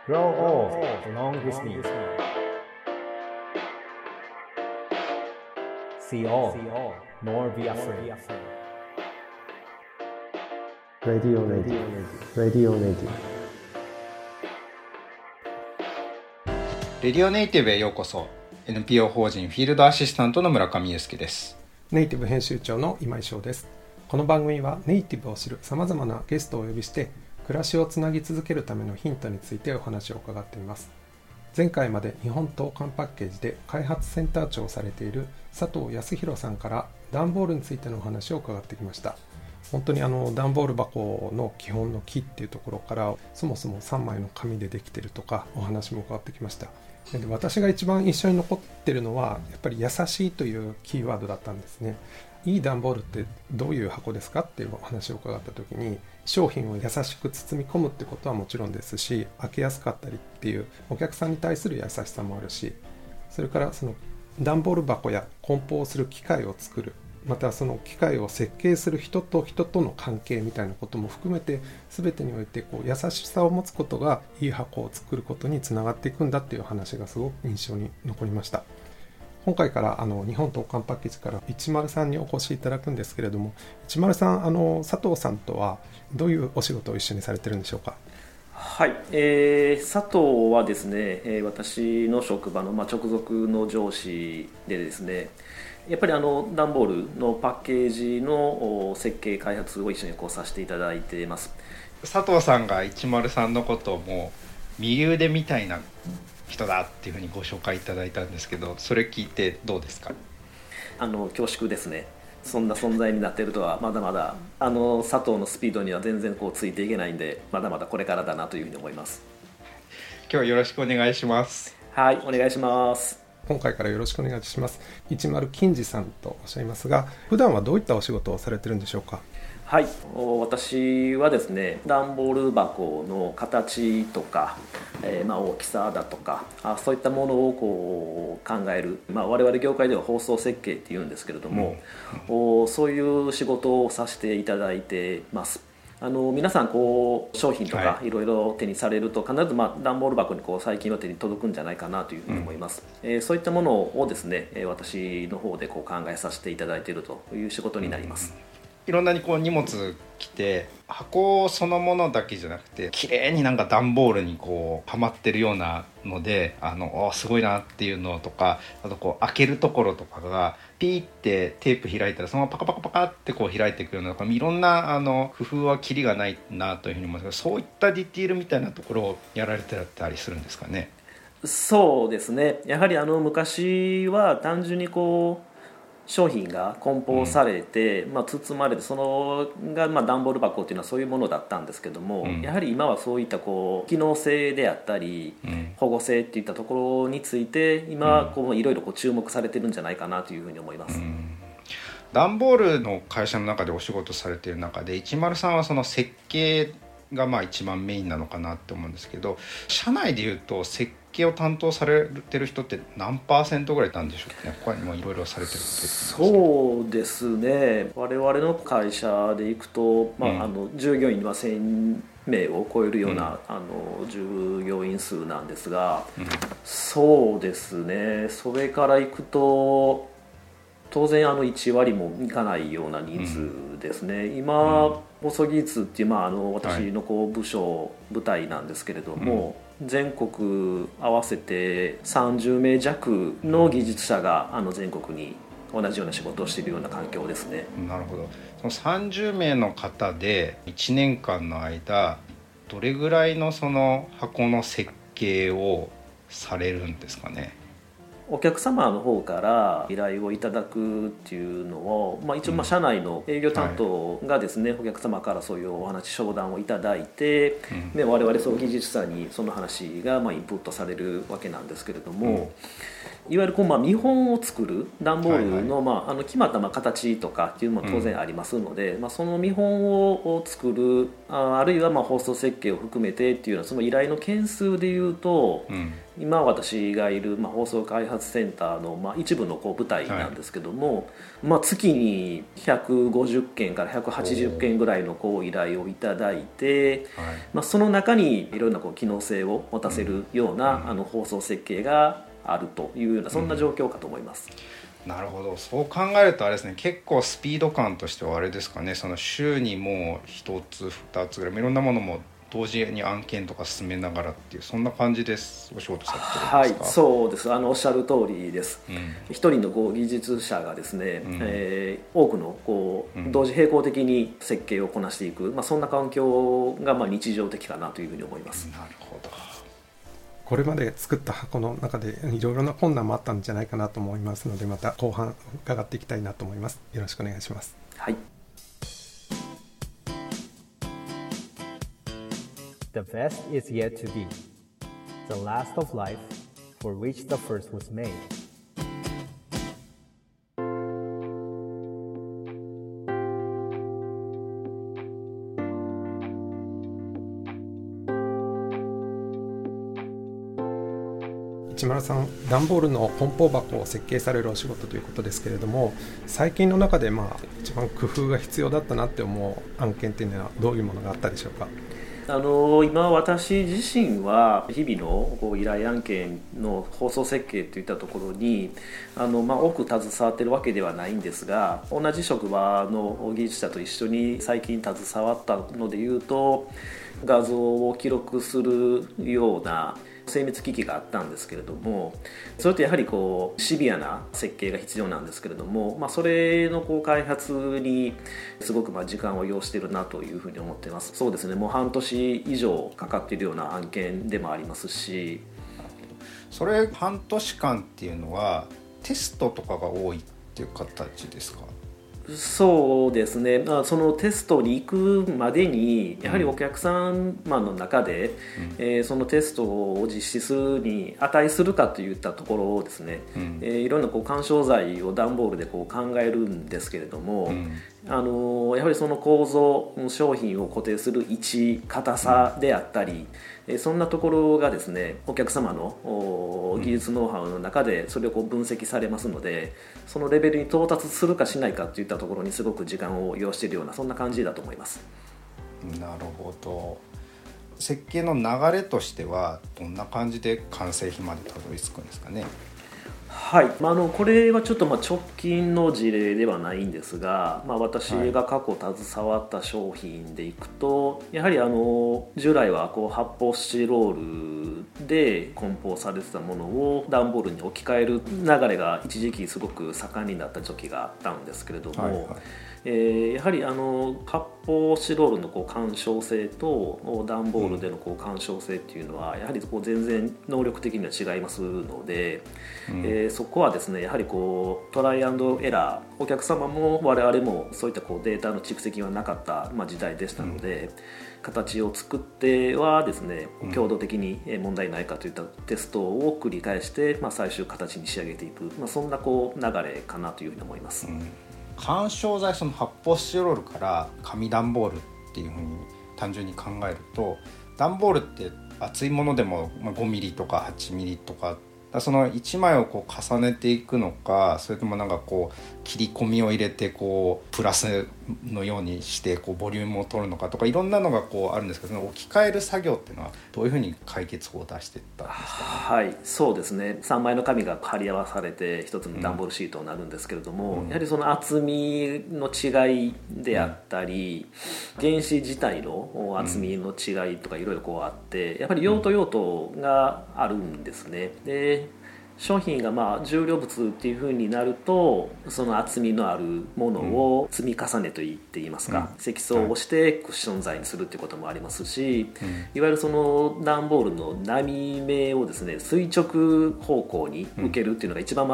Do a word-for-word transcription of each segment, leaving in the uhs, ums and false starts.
Grow old along with me. See all, nor be afraid. Radio Radio Radio Radio レディオネイティブへようこそ。 エヌピーオー 法人フィールドアシスタントの村上裕介です。 ネイティブ編集長の今井翔です。この番組はネイティブを知るさまざまなゲストをお呼びして暮らしをつなぎ続けるためのヒントについてお話を伺っています。前回まで日本東韓パッケージで開発センター長をされている佐藤康弘さんから段ボールについてのお話を伺ってきました。本当にあの段ボール箱の基本の木っていうところからそもそもさんまいの紙でできているとかお話も伺ってきました。で私が一番印象に残っているのはやっぱり優しいというキーワードだったんですね。いい段ボールってどういう箱ですかっていうお話を伺った時に、商品を優しく包み込むってことはもちろんですし、開けやすかったりっていうお客さんに対する優しさもあるし、それからその段ボール箱や梱包する機械を作る、またその機械を設計する人と人との関係みたいなことも含めて全てにおいてこう優しさを持つことがいい箱を作ることにつながっていくんだっていう話がすごく印象に残りました。今回からあの日本東韓パッケージから一丸さんにお越しいただくんですけれども、一丸さん、あの佐藤さんとはどういうお仕事を一緒にされてるんでしょうか。 はい、えー、佐藤はですね、えー、私の職場の、まあ、直属の上司でですね、やっぱりあの段ボールのパッケージの設計開発を一緒にこうさせていただいています。 佐藤さんが一丸さんのことをもう右腕みたいな人だっていうふうにご紹介いただいたんですけど、それ聞いてどうですか。 あの恐縮ですね。そんな存在になっているとはまだまだあの佐藤のスピードには全然こうついていけないんで、まだまだこれからだなというふうに思います。 今日はよろしくお願いします。 はい、お願いします。 今回からよろしくお願いします。一丸金次さんとおっしゃいますが、普段はどういったお仕事をされてるんでしょうか。 はい、私はですね、段ボール箱の形とか、えー、まあ大きさだとか、あそういったものをこう考える、まあ、我々業界では包装設計っていうんですけれども、うん、そういう仕事をさせていただいてます。あの皆さんこう商品とかいろいろ手にされると、必ずまあ段ボール箱にこう最近は手に届くんじゃないかなというふうに思います。うん、えー、そういったものをですね、私の方でこう考えさせていただいているという仕事になります。うん、 いろんなにこう荷物来て、箱そのものだけじゃなくて綺麗になんか段ボールにこうはまってるようなので、あのすごいなっていうのとか、あとこう開けるところとかがピーってテープ開いたらそのままパカパカパカってこう開いていくような、いろんなあの工夫はキリがないなというふうに思いますけど、そういったディティールみたいなところをやられてたりするんですかね。 そうですね、やはりあの昔は単純にこう商品が梱包されて、うん、まあ、包まれて、そのがまあ段ボール箱っていうのはそういうものだったんですけども、うん、やはり今はそういったこう機能性であったり、うん、保護性っていったところについて今こういろいろこう注目されてるんじゃないかなというふうに思います。うん、 段ボールの会社の中でお仕事されている中で、一丸さんはその設計がまあ一番メインなのかなって思うんですけど、社内でいうと設計を担当されてる人って何パーセントぐらいなんでしょうかね。他にもいろいろされてることですか。 そうですね、我々の会社でいくと、まあうん、あの従業員はせんめいを超えるような、うん、あの従業員数なんですが、うん、そうですね、それからいくと当然あのいちわりもいかないような人数ですね。うん、今放送技術っていう、まあ、あの私のこう部署、部隊なんですけれども、うん、全国合わせてさんじゅうめいじゃくの技術者があの全国に同じような仕事をしているような環境ですね。 なるほど。そのさんじゅうめいの方でいちねんかんの間どれぐらいのその箱の設計をされるんですかね。 お客様の方から依頼をいただくっていうのを、まあ、一応まあ社内の営業担当がですね、はい、お客様からそういうお話商談をいただいて、うん、で我々そう技術者にその話がまあインプットされるわけなんですけれども、 いわゆるこうまあ見本を作る段ボールのまああの決まったまあ形とかっていうのも当然ありますので、うん、まあその見本を作る あ, あるいはまあ放送設計を含めてっていうのはその依頼の件数でいうと、うん、今私がいるまあ放送開発センターのまあ一部のこう部隊なんですけども、はい、まあ月にひゃくごじゅっけんからひゃくはちじゅっけんぐらいのこう依頼をいただいて、はい、まあその中にいろんなこう機能性を持たせるような、うん、あの放送設計があるというようなそんな状況かと思います、 うん、なるほど。そう考えるとあれですね、結構スピード感としてはあれですかね、その週にもうひとつふたつぐらいいろんなものも同時に案件とか進めながらっていうそんな感じですお仕事されてるんですか？ はい、そうです。あのおっしゃる通りです、うん、一人のこう技術者がですね、うんえー、多くのこう同時並行的に設計をこなしていく、まあ、そんな環境がまあ日常的かなというふうに思います。 なるほど。 これまで作った箱の中でいろいろな困難もあったんじゃないかなと思いますので、また後半伺っていきたいなと思います。よろしくお願いします。 はい。 The best is yet to be, the last of life for which the first was made. 市村さん、段ボールの梱包箱を設計されるお仕事ということですけれども、最近の中でまあ一番工夫が必要だったなって思う案件というのはどういうものがあったでしょうか？ あの今私自身は日々のこう依頼案件の放送設計といったところにあの、まあ、多く携わっているわけではないんですが、同じ職場の技術者と一緒に最近携わったのでいうと、画像を記録するような精密機器があったんですけれども、それってやはりこうシビアな設計が必要なんですけれども、まあ、それのこう開発にすごくまあ時間を要しているなというふうに思っています。そうですね、もう半年以上かかっているような案件でもありますし。 それ半年間っていうのはテストとかが多いっていう形ですか？ そうですね、そのテストに行くまでにやはりお客様の中で、うんえー、そのテストを実施するに値するかといったところをですね、うんえー、いろんなこう干渉材を段ボールでこう考えるんですけれども、うんあのやはりその構造商品を固定する位置硬さであったり、うん、そんなところがですねお客様の技術ノウハウの中でそれをこう分析されますので、そのレベルに到達するかしないかといったところにすごく時間を要しているようなそんな感じだと思います。 なるほど。設計の流れとしてはどんな感じで完成品までたどり着くんですかね？ はい、まあ、あのこれはちょっとまあ直近の事例ではないんですが、まあ、私が過去携わった商品でいくと、やはりあの従来はこう発泡スチロールで梱包されてたものを段ボールに置き換える流れが一時期すごく盛んになった時があったんですけれども、はいはいえー、やはりあの発泡スチロールのこう干渉性と段ボールでのこう干渉性っていうのはやはりこう全然能力的には違いますので、うんえー、そこはですねやはりこうトライアンドエラー、お客様も我々もそういったこうデータの蓄積がなかった、まあ、時代でしたので、うん、形を作ってはですね強度的に問題ないかといったテストを繰り返して、まあ、最終形に仕上げていく、まあ、そんなこう流れかなというふうに思います。うん干渉材、その発泡スチロールから紙段ボールっていうふうに単純に考えると、段ボールって厚いものでもごミリとかはちミリとか、そのいちまいをこう重ねていくのか、それともなんかこう切り込みを入れてこうプラスのようにしてこうボリュームを取るのかとか、いろんなのがこうあるんですけど、その置き換える作業っていうのはどういうふうに解決法を出していったんですかね？ はい、そうですね、さんまいの紙が貼り合わされて一つの段ボールシートになるんですけれども、うん、やはりその厚みの違いであったり、うん、原子自体の厚みの違いとかいろいろこうあって、やっぱり用途用途があるんですね。で商品がまあ重量物っていう風になると、その厚みのあるものを積み重ねと言って言いますか、うん、積層をしてクッション材にするっていうこともありますし、うん、いわゆるその段ボールの波目をですね垂直方向に受けるっていうのが一番まあ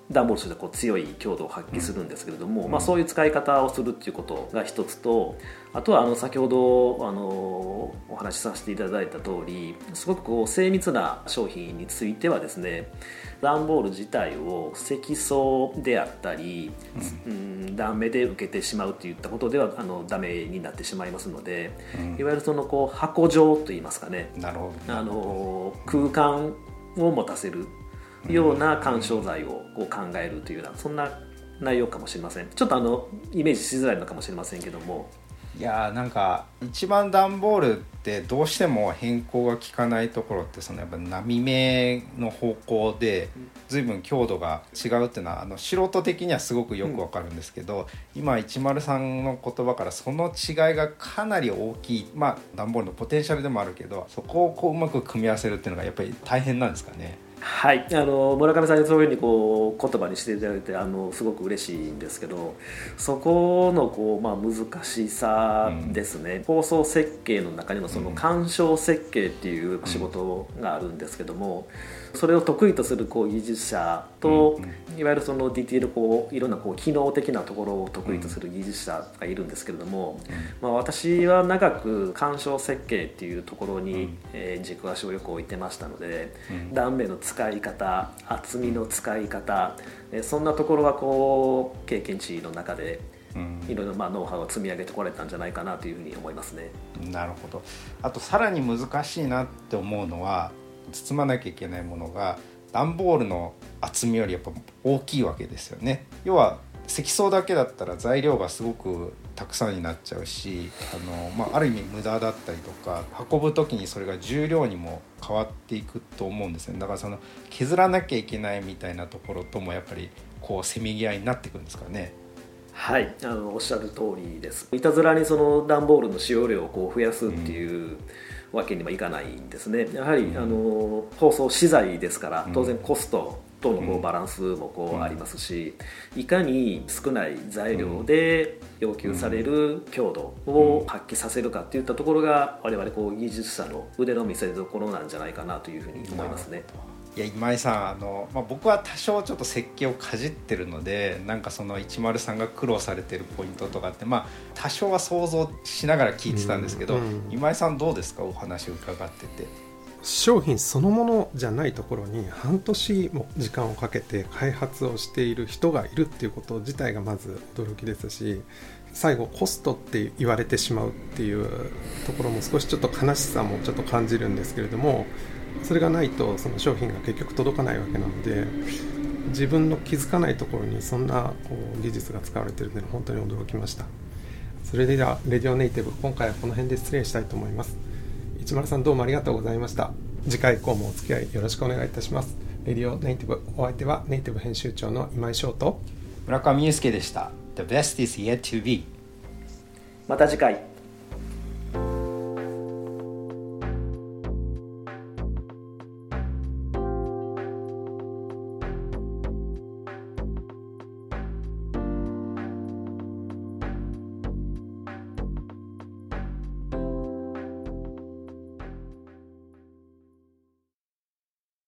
段ボールとしてこう強い強度を発揮するんですけれども、うんまあ、そういう使い方をするっていうことが一つと、あとはあの先ほどあのお話しさせていただいた通り、すごくこう精密な商品についてはですね、段ボール自体を積層であったり、うん、断目で受けてしまうといったことではあのダメになってしまいますので、うん、いわゆるそのこう箱状といいますかね、 なるほど、 あの空間を持たせるような緩衝材をこう考えるというような、そんな内容かもしれません。ちょっとあのイメージしづらいのかもしれませんけども、 いやーなんか一番段ボールってどうしても変更が効かないところって、そのやっぱ波目の方向で随分強度が違うっていうのはあの素人的にはすごくよくわかるんですけど、うん、今いちまるさんの言葉からその違いがかなり大きい、まあ段ボールのポテンシャルでもあるけど、そこをこううまく組み合わせるっていうのがやっぱり大変なんですかね。 はい、あの村上さんにそういうふうにこう言葉にしていただいてあのすごく嬉しいんですけど、そこのこう、まあ、難しさですね、うん、包装設計の中にもその緩衝設計っていう仕事があるんですけども、それを得意とするこう技術者と、うん、いわゆるそのディティールこういろんなこう機能的なところを得意とする技術者がいるんですけれども、うんまあ、私は長く緩衝設計っていうところに、うんえー、軸足をよく置いてましたので、うん、断面の使い方、厚みの使い方、そんなところはこう経験値の中でいろいろまあノウハウを積み上げてこられたんじゃないかなというふうに思いますね。 なるほど。あとさらに難しいなって思うのは、包まなきゃいけないものが段ボールの厚みよりやっぱ大きいわけですよね。要は積層だけだったら材料がすごくたくさんになっちゃうし、あの、まあ、ある意味無駄だったりとか、運ぶ時にそれが重量にも変わっていくと思うんですよね。だからその削らなきゃいけないみたいなところともやっぱりこうせめぎ合いになっていくんですかね。 はい、あのおっしゃる通りです。いたずらにその段ボールの使用量をこう増やすっていう、うんわけにはいかないんですね。やはり、うん、あの包装資材ですから当然コストとのこうバランスもこうありますし、いかに少ない材料で要求される強度を発揮させるかといったところが我々こう技術者の腕の見せ所なんじゃないかなというふうに思いますね。 いや今井さんあの、まあ、僕は多少ちょっと設計をかじってるので、なんかそのいちまるさんが苦労されてるポイントとかって、まあ、多少は想像しながら聞いてたんですけど、うんうん、今井さんどうですか、お話を伺ってて。 商品そのものじゃないところに半年も時間をかけて開発をしている人がいるっていうこと自体がまず驚きですし、最後コストって言われてしまうっていうところも少しちょっと悲しさもちょっと感じるんですけれども、それがないとその商品が結局届かないわけなので、自分の気づかないところにそんなこう技術が使われているのに本当に驚きました。それではレディオネイティブ、今回はこの辺で失礼したいと思います。いちまるさんどうもありがとうございました。次回以降もお付き合いよろしくお願いいたします。レディオネイティブ、お相手はネイティブ編集長の今井翔と村上祐介でした。 The best is yet to be。 また次回